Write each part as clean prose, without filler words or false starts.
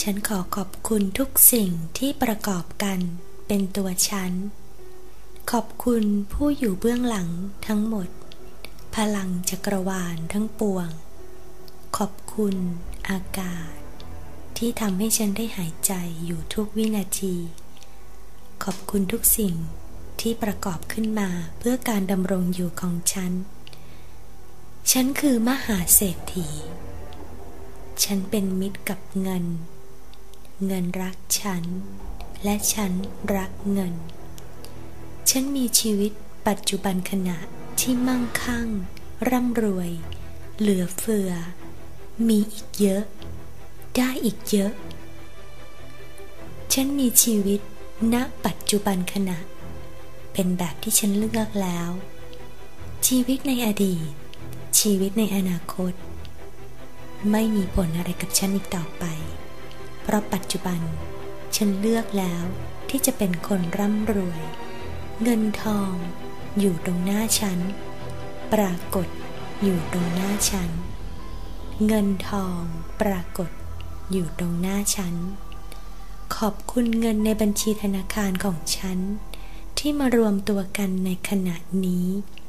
ฉันขอขอบคุณทุกสิ่งที่ประกอบกันเป็นตัวฉันขอบคุณผู้อยู่เบื้องหลังทั้งหมดพลังจักรวาลทั้งปวงขอบคุณอากาศที่ทำให้ฉันได้หายใจอยู่ทุกวินาทีขอบคุณทุกสิ่งที่ประกอบขึ้นมาเพื่อการดำรงอยู่ของฉันฉันคือมหาเศรษฐีฉันเป็นมิตรกับเงินรักฉันและฉันรักเงินฉันมีชีวิตปัจจุบันขณะที่มั่งคั่งร่ำรวยเหลือเฟือมีอีกเยอะได้อีกเยอะฉันมีชีวิตณปัจจุบันขณะเป็นแบบที่ฉันเลือกแล้วชีวิตในอดีตชีวิตในอนาคตไม่มีผลอะไรกับฉันอีกต่อไปเพราะปัจจุบันฉันเลือกแล้วที่จะเป็นคนร่ำรวยเงินทองอยู่ตรงหน้าฉันปรากฏอยู่ตรงหน้าฉันเงินทองปรากฏอยู่ตรงหน้าฉันขอบคุณเงินในบัญชีธนาคารของฉันที่มารวมตัวกันในขณะนี้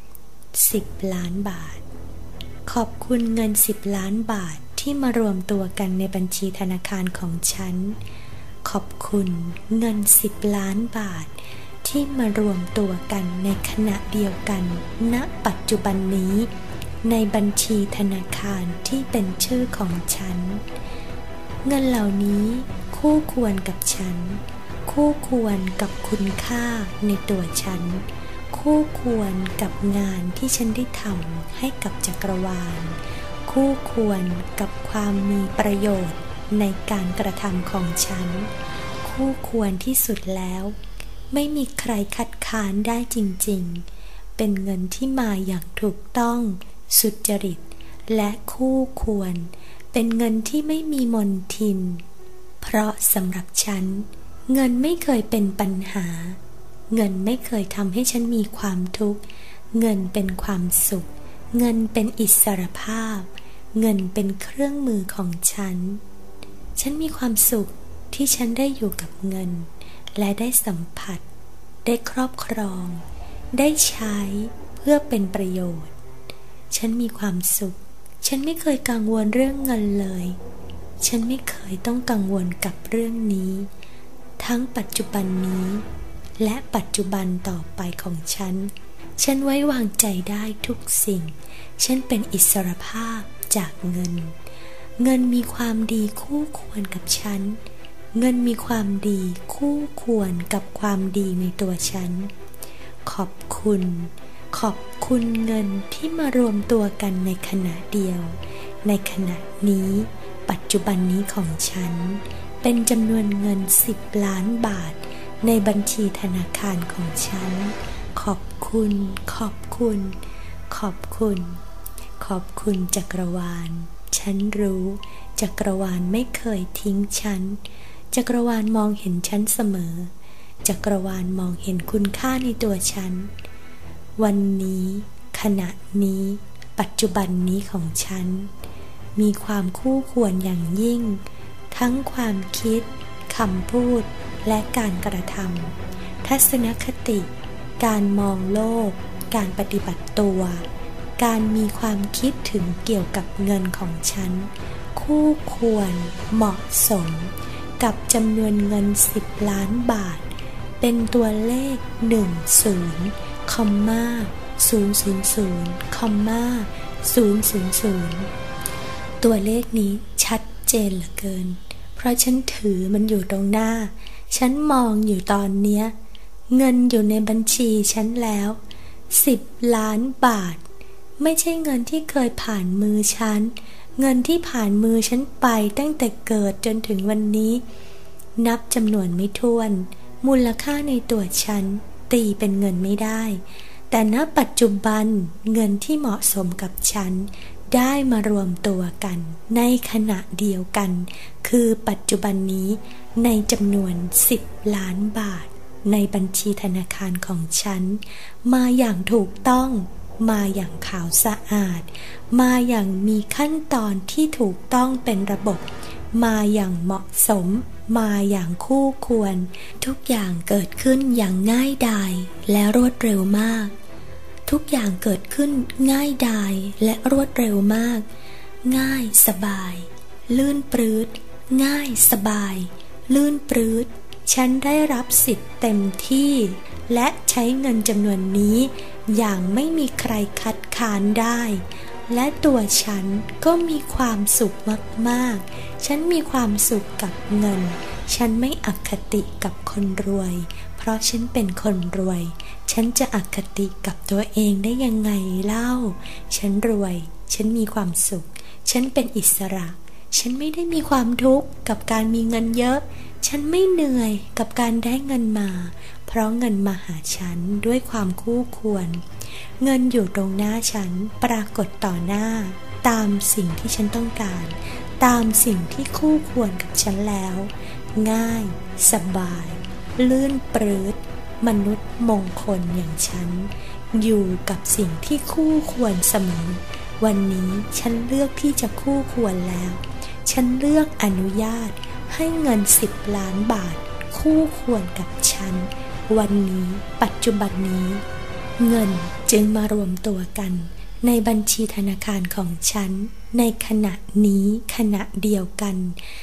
10 ล้านบาทขอบคุณเงิน10 ล้านบาทที่มารวมตัวกันในบัญชีธนาคารของฉันขอบคุณเงิน10 ล้านบาทที่มารวมตัวกันในขณะเดียวกันณปัจจุบันนี้ในบัญชีธนาคารที่เป็นชื่อของฉันเงินเหล่านี้คู่ควรกับฉันคู่ควรกับคุณค่าในตัวฉันคู่ควรกับงานที่ฉันได้ทำให้กับจักรวาลคู่ควรกับความมีประโยชน์ในการกระทำของฉันคู่ควรที่สุดแล้วไม่มีใครคัดค้านได้จริงๆเป็นเงินที่มาอย่างถูกต้องสุจริตและคู่ควรเป็นเงินที่ไม่มีมลทินเพราะสำหรับฉันเงินไม่เคยเป็นปัญหาเงินไม่เคยทำให้ฉันมีความทุกข์เงินเป็นความสุขเงินเป็นอิสรภาพเงินเป็นเครื่องมือของฉันมีความสุขที่ฉันได้อยู่กับเงินและได้สัมผัสได้ครอบครองได้ใช้เพื่อเป็นประโยชน์ฉันมีความสุขฉันไม่เคยกังวลเรื่องเงินเลยฉันไม่เคยต้องกังวลกับเรื่องนี้ทั้งปัจจุบันนี้และปัจจุบันต่อไปของฉันไว้วางใจได้ทุกสิ่งฉันเป็นอิสรภาพจากเงินมีความดีคู่ควรกับฉันเงินมีความดีคู่ควรกับความดีในตัวฉันขอบคุณเงินที่มารวมตัวกันในขณะเดียวในขณะนี้ปัจจุบันนี้ของฉันเป็นจำนวนเงิน10 ล้านบาทในบัญชีธนาคารของฉันขอบคุณจักรวาลฉันรู้จักรวาลไม่เคยทิ้งฉันจักรวาลมองเห็นฉันเสมอจักรวาลมองเห็นคุณค่าในตัวฉันวันนี้ขณะนี้ปัจจุบันนี้ของฉันมีความคู่ควรอย่างยิ่งทั้งความคิดคำพูดและการกระทำทัศนคติการมองโลกการปฏิบัติตัวการมีความคิดถึงเกี่ยวกับเงินของฉันคู่ควรเหมาะสมกับจำนวนเงิน10 ล้านบาทเป็นตัวเลข10 คอมมา000 คอมมา000ตัวเลขนี้ชัดเจนเหลือเกินเพราะฉันถือมันอยู่ตรงหน้าฉันมองอยู่ตอนเนี้ยเงินอยู่ในบัญชีฉันแล้ว10 ล้านบาทไม่ใช่เงินที่เคยผ่านมือฉันเงินที่ผ่านมือฉันไปตั้งแต่เกิดจนถึงวันนี้นับจำนวนไม่ถ้วนมูลค่าในตัวฉันตีเป็นเงินไม่ได้แต่ณปัจจุบันเงินที่เหมาะสมกับฉันได้มารวมตัวกันในขณะเดียวกันคือปัจจุบันนี้ในจำนวน10 ล้านบาทในบัญชีธนาคารของฉันมาอย่างถูกต้องมาอย่างขาวสะอาดมาอย่างมีขั้นตอนที่ถูกต้องเป็นระบบมาอย่างเหมาะสมมาอย่างคู่ควรทุกอย่างเกิดขึ้นอย่างง่ายดายและรวดเร็วมากทุกอย่างเกิดขึ้นง่ายดายและรวดเร็วมากง่ายสบายลื่นปรื๊ดง่ายสบายลื่นปรื๊ดฉันได้รับสิทธิ์เต็มที่และใช้เงินจำนวนนี้อย่างไม่มีใครคัดค้านได้และตัวฉันก็มีความสุขมากๆฉันมีความสุขกับเงินฉันไม่อคติกับคนรวยเพราะฉันเป็นคนรวยฉันจะอคติกับตัวเองได้ยังไงเล่าฉันรวยฉันมีความสุขฉันเป็นอิสระฉันไม่ได้มีความทุกข์กับการมีเงินเยอะฉันไม่เหนื่อยกับการได้เงินมาเพราะเงินมาหาฉันด้วยความคู่ควรเงินอยู่ตรงหน้าฉันปรากฏต่อหน้าตามสิ่งที่ฉันต้องการตามสิ่งที่คู่ควรกับฉันแล้วง่ายสบายลื่นปรื๊ดมนุษย์มงคลอย่างฉันอยู่กับสิ่งที่คู่ควรเสมอวันนี้ฉันเลือกที่จะคู่ควรแล้วฉันเลือกอนุญาตให้เงิน10 ล้านบาทคู่ควรกับฉันวันนี้ปัจจุบันนี้เงินจึงมารวมตัวกันในบัญชีธนาคารของฉันในขณะนี้ขณะเดียวกัน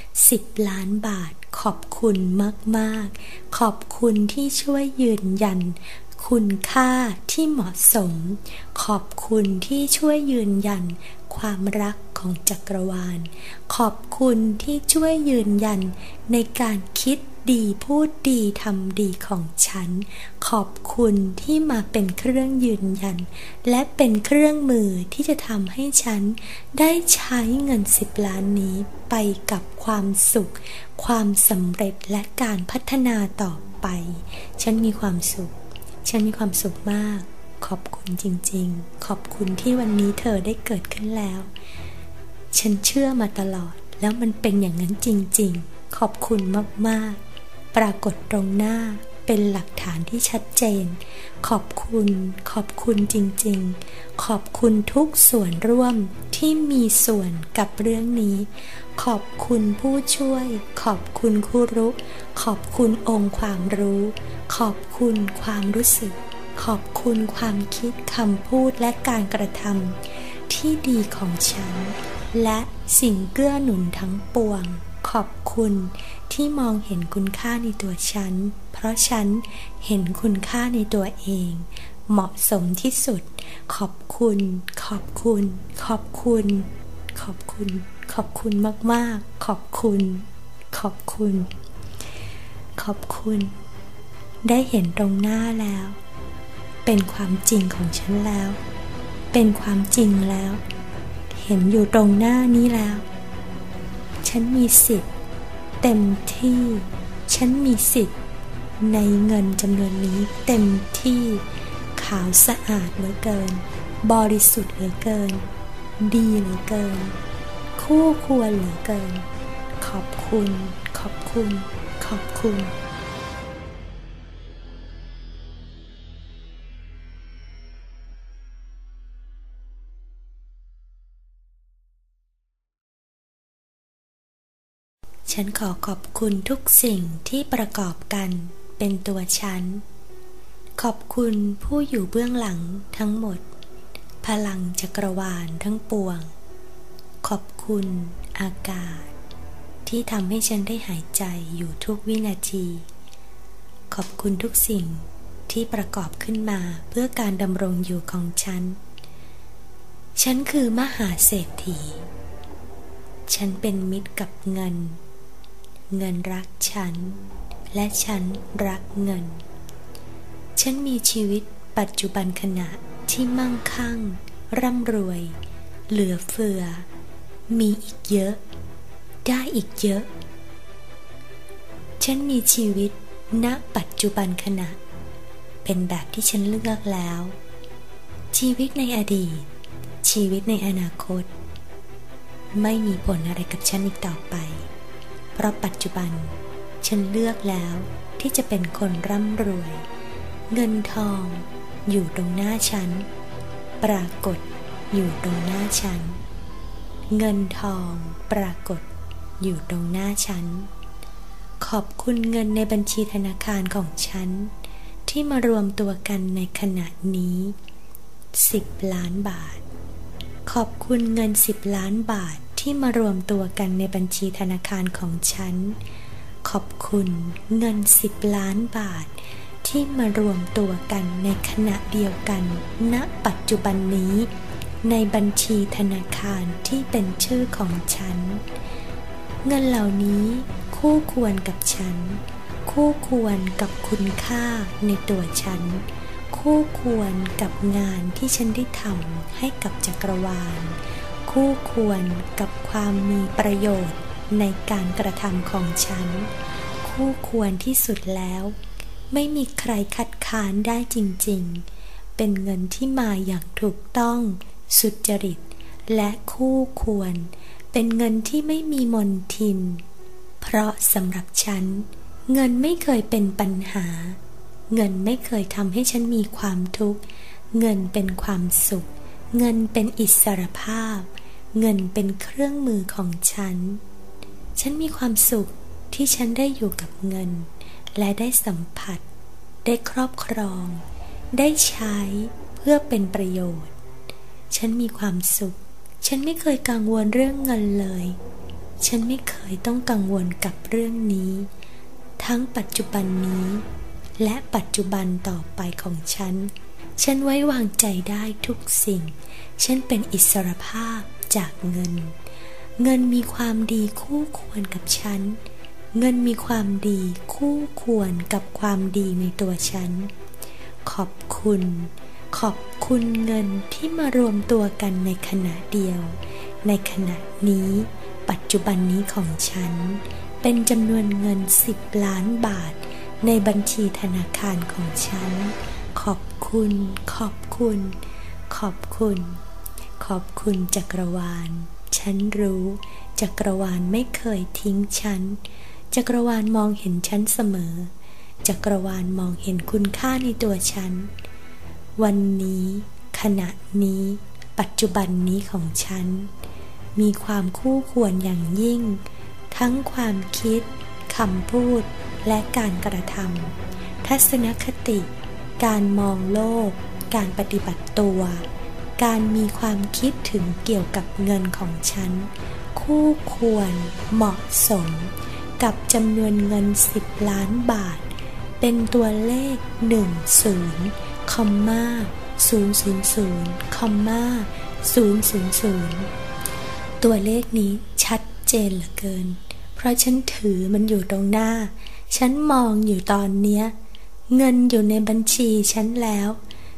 10 ล้านบาทขอบคุณมากๆขอบคุณที่ช่วยยืนยันคุณค่าที่เหมาะสมขอบคุณที่ช่วยยืนยันความรักของจักรวาลขอบคุณที่ช่วยยืนยันในการคิดดีพูดดีทำดีของฉันขอบคุณที่มาเป็นเครื่องยืนยันและเป็นเครื่องมือที่จะทำให้ฉันได้ใช้เงิน10 ล้านนี้ไปกับความสุขความสำเร็จและการพัฒนาต่อไปฉันมีความสุขฉันมีความสุขมากขอบคุณจริงๆขอบคุณที่วันนี้เธอได้เกิดขึ้นแล้วฉันเชื่อมาตลอดแล้วมันเป็นอย่างนั้นจริงๆขอบคุณมากๆปรากฏตรงหน้าเป็นหลักฐานที่ชัดเจนขอบคุณจริงๆขอบคุณทุกส่วนร่วมที่มีส่วนกับเรื่องนี้ขอบคุณผู้ช่วยขอบคุณครูรุขอบคุณองค์ความรู้ขอบคุณความรู้สึกขอบคุณความคิดคำพูดและการกระทำที่ดีของฉันและสิ่งเกื้อหนุนทั้งปวงขอบคุณที่มองเห็นคุณค่าในตัวฉันเพราะฉันเห็นคุณค่าในตัวเองเหมาะสมที่สุดขอบคุณมากๆขอบคุณได้เห็นตรงหน้าแล้วเป็นความจริงของฉันแล้วเป็นความจริงแล้วเห็นอยู่ตรงหน้านี้แล้วฉันมีสิทธิ์เต็มที่ฉันมีสิทธิ์ในเงินจำนวนนี้เต็มที่ขาวสะอาดเหลือเกินบริสุทธิ์เหลือเกินดีเหลือเกินคู่ควรเหลือเกินขอบคุณฉันขอขอบคุณทุกสิ่งที่ประกอบกันเป็นตัวฉันขอบคุณผู้อยู่เบื้องหลังทั้งหมดพลังจักรวาลทั้งปวงขอบคุณอากาศที่ทำให้ฉันได้หายใจอยู่ทุกวินาทีขอบคุณทุกสิ่งที่ประกอบขึ้นมาเพื่อการดำรงอยู่ของฉันคือมหาเศรษฐีฉันเป็นมิตรกับเงินรักฉันและฉันรักเงินฉันมีชีวิตปัจจุบันขณะที่มั่งคั่งร่ำรวยเหลือเฟือมีอีกเยอะได้อีกเยอะฉันมีชีวิตณปัจจุบันขณะเป็นแบบที่ฉันเลือกแล้วชีวิตในอดีตชีวิตในอนาคตไม่มีผลอะไรกับฉันอีกต่อไปเพราะปัจจุบันฉันเลือกแล้วที่จะเป็นคนร่ำรวยเงินทองอยู่ตรงหน้าฉันปรากฏอยู่ตรงหน้าฉันเงินทองปรากฏอยู่ตรงหน้าฉันขอบคุณเงินในบัญชีธนาคารของฉันที่มารวมตัวกันในขณะนี้10 ล้านบาทขอบคุณเงิน10 ล้านบาทที่มารวมตัวกันในบัญชีธนาคารของฉันขอบคุณเงิน10 ล้านบาทที่มารวมตัวกันในขณะเดียวกันณปัจจุบันนี้ในบัญชีธนาคารที่เป็นชื่อของฉันเงินเหล่านี้คู่ควรกับฉันคู่ควรกับคุณค่าในตัวฉันคู่ควรกับงานที่ฉันได้ทำให้กับจักรวาลคู่ควรกับความมีประโยชน์ในการกระทำของฉันคู่ควรที่สุดแล้วไม่มีใครคัดค้านได้จริงๆเป็นเงินที่มาอย่างถูกต้องสุจริตและคู่ควรเป็นเงินที่ไม่มีมลทินเพราะสำหรับฉันเงินไม่เคยเป็นปัญหาเงินไม่เคยทำให้ฉันมีความทุกข์เงินเป็นความสุขเงินเป็นอิสรภาพเงินเป็นเครื่องมือของฉันมีความสุขที่ฉันได้อยู่กับเงินและได้สัมผัสได้ครอบครองได้ใช้เพื่อเป็นประโยชน์ฉันมีความสุขฉันไม่เคยกังวลเรื่องเงินเลยฉันไม่เคยต้องกังวลกับเรื่องนี้ทั้งปัจจุบันนี้และปัจจุบันต่อไปของฉันไว้วางใจได้ทุกสิ่งฉันเป็นอิสรภาพจากเงินมีความดีคู่ควรกับฉันเงินมีความดีคู่ควรกับความดีในตัวฉันขอบคุณเงินที่มารวมตัวกันในขณะเดียวในขณะนี้ปัจจุบันนี้ของฉันเป็นจำนวนเงิน10 ล้านบาทในบัญชีธนาคารของฉันขอบคุณจักรวาลฉันรู้จักรวาลไม่เคยทิ้งฉันจักรวาลมองเห็นฉันเสมอจักรวาลมองเห็นคุณค่าในตัวฉันวันนี้ขณะนี้ปัจจุบันนี้ของฉันมีความคู่ควรอย่างยิ่งทั้งความคิดคำพูดและการกระทำทัศนคติการมองโลกการปฏิบัติตัวการมีความคิดถึงเกี่ยวกับเงินของฉันคู่ควรเหมาะสมกับจำนวนเงิน10 ล้านบาทเป็นตัวเลข10 คอมมา000 คอมมา000ตัวเลขนี้ชัดเจนเหลือเกินเพราะฉันถือมันอยู่ตรงหน้าฉันมองอยู่ตอนเนี้ยเงินอยู่ในบัญชีฉันแล้ว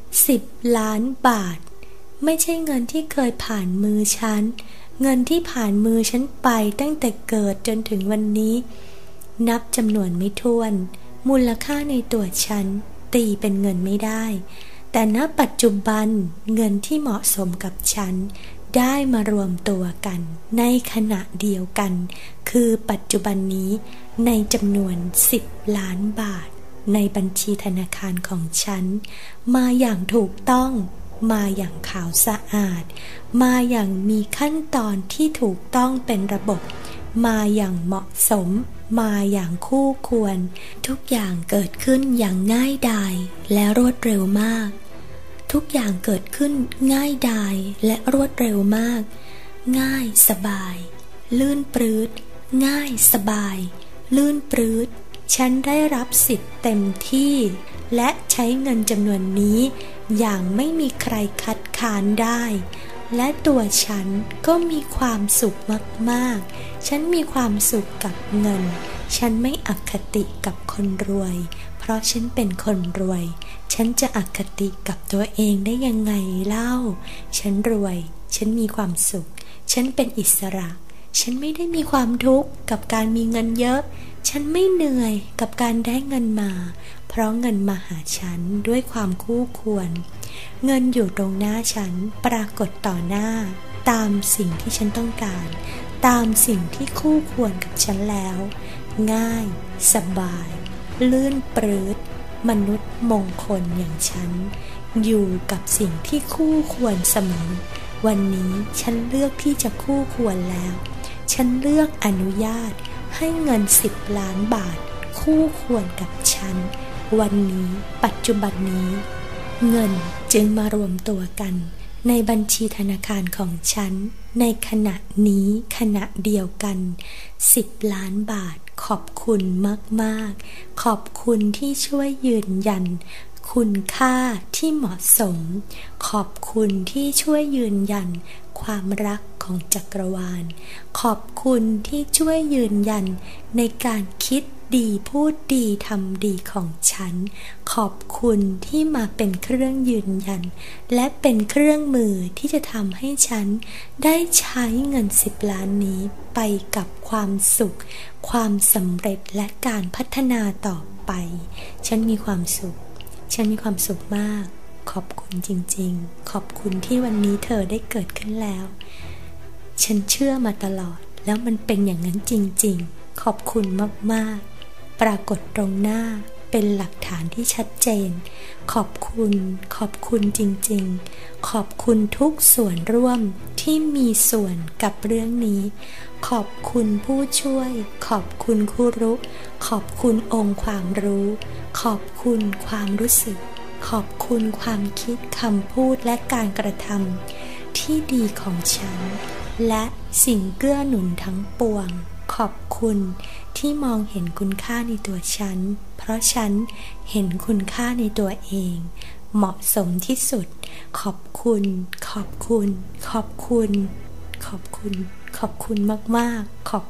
10 ล้านบาทไม่ใช่เงินที่เคยผ่านมือฉันเงินที่ผ่านมือฉันไปตั้งแต่เกิดจนถึงวันนี้นับจำนวนไม่ถ้วนมูลค่าในตัวฉันตีเป็นเงินไม่ได้แต่ณปัจจุบันเงินที่เหมาะสมกับฉันได้มารวมตัวกันในขณะเดียวกันคือปัจจุบันนี้ในจำนวน10 ล้านบาทในบัญชีธนาคารของฉันมาอย่างถูกต้องมาอย่างขาวสะอาดมาอย่างมีขั้นตอนที่ถูกต้องเป็นระบบมาอย่างเหมาะสมมาอย่างคู่ควรทุกอย่างเกิดขึ้นอย่างง่ายดายและรวดเร็วมากทุกอย่างเกิดขึ้นง่ายดายและรวดเร็วมากง่ายสบายลื่นปรื๊ดง่ายสบายลื่นปรื๊ดฉันได้รับสิทธิ์เต็มที่และใช้เงินจำนวนนี้อย่างไม่มีใครคัดค้านได้และตัวฉันก็มีความสุขมากๆฉันมีความสุขกับเงินฉันไม่อคติกับคนรวยเพราะฉันเป็นคนรวยฉันจะอคติกับตัวเองได้ยังไงเล่าฉันรวยฉันมีความสุขฉันเป็นอิสระฉันไม่ได้มีความทุกข์กับการมีเงินเยอะฉันไม่เหนื่อยกับการได้เงินมาเพราะเงินมาหาฉันด้วยความคู่ควรเงินอยู่ตรงหน้าฉันปรากฏต่อหน้าตามสิ่งที่ฉันต้องการตามสิ่งที่คู่ควรกับฉันแล้วง่ายสบายลื่นปรื๊ดมนุษย์มงคลอย่างฉันอยู่กับสิ่งที่คู่ควรเสมอวันนี้ฉันเลือกที่จะคู่ควรแล้วฉันเลือกอนุญาตให้เงิน10 ล้านบาทคู่ควรกับฉันวันนี้ปัจจุบันนี้เงินจึงมารวมตัวกันในบัญชีธนาคารของฉันในขณะนี้ขณะเดียวกัน10 ล้านบาทขอบคุณมากๆขอบคุณที่ช่วยยืนยันคุณค่าที่เหมาะสมขอบคุณที่ช่วยยืนยันความรักของจักรวาลขอบคุณที่ช่วยยืนยันในการคิดดีพูดดีทำดีของฉันขอบคุณที่มาเป็นเครื่องยืนยันและเป็นเครื่องมือที่จะทำให้ฉันได้ใช้เงิน10 ล้านนี้ไปกับความสุขความสำเร็จและการพัฒนาต่อไปฉันมีความสุขมากขอบคุณจริงๆขอบคุณที่วันนี้เธอได้เกิดขึ้นแล้วฉันเชื่อมาตลอดแล้วมันเป็นอย่างนั้นจริงๆขอบคุณมากๆปรากฏตรงหน้าเป็นหลักฐานที่ชัดเจนขอบคุณจริงๆขอบคุณทุกส่วนร่วมที่มีส่วนกับเรื่องนี้ขอบคุณผู้ช่วยขอบคุณครูรุขอบคุณองค์ความรู้ขอบคุณความรู้สึกขอบคุณความคิดคำพูดและการกระทำที่ดีของฉันและสิ่งเกื้อหนุนทั้งปวงขอบคุณที่มองเห็นคุณค่าในตัวฉันเพราะฉันเห็นคุณค่าในตัวเองเหมาะสมที่สุดขอบคุณมากๆขอบ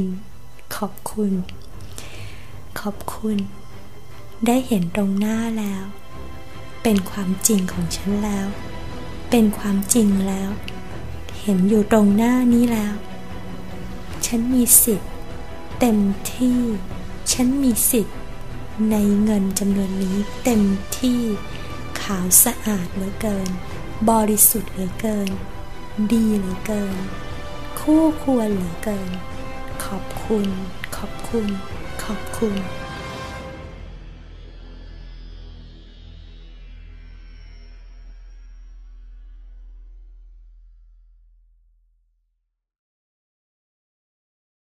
คุณได้เห็นตรงหน้าแล้วเป็นความจริงของฉันแล้วเป็นความจริงแล้วเห็นอยู่ตรงหน้านี้แล้วฉันมีสิทธิ์เต็มที่ฉันมีสิทธิ์ในเงินจำนวนนี้เต็มที่ขาวสะอาดเหลือเกินบริสุทธิ์เหลือเกินดีเหลือเกินคู่ควรเหลือเกินขอบคุณ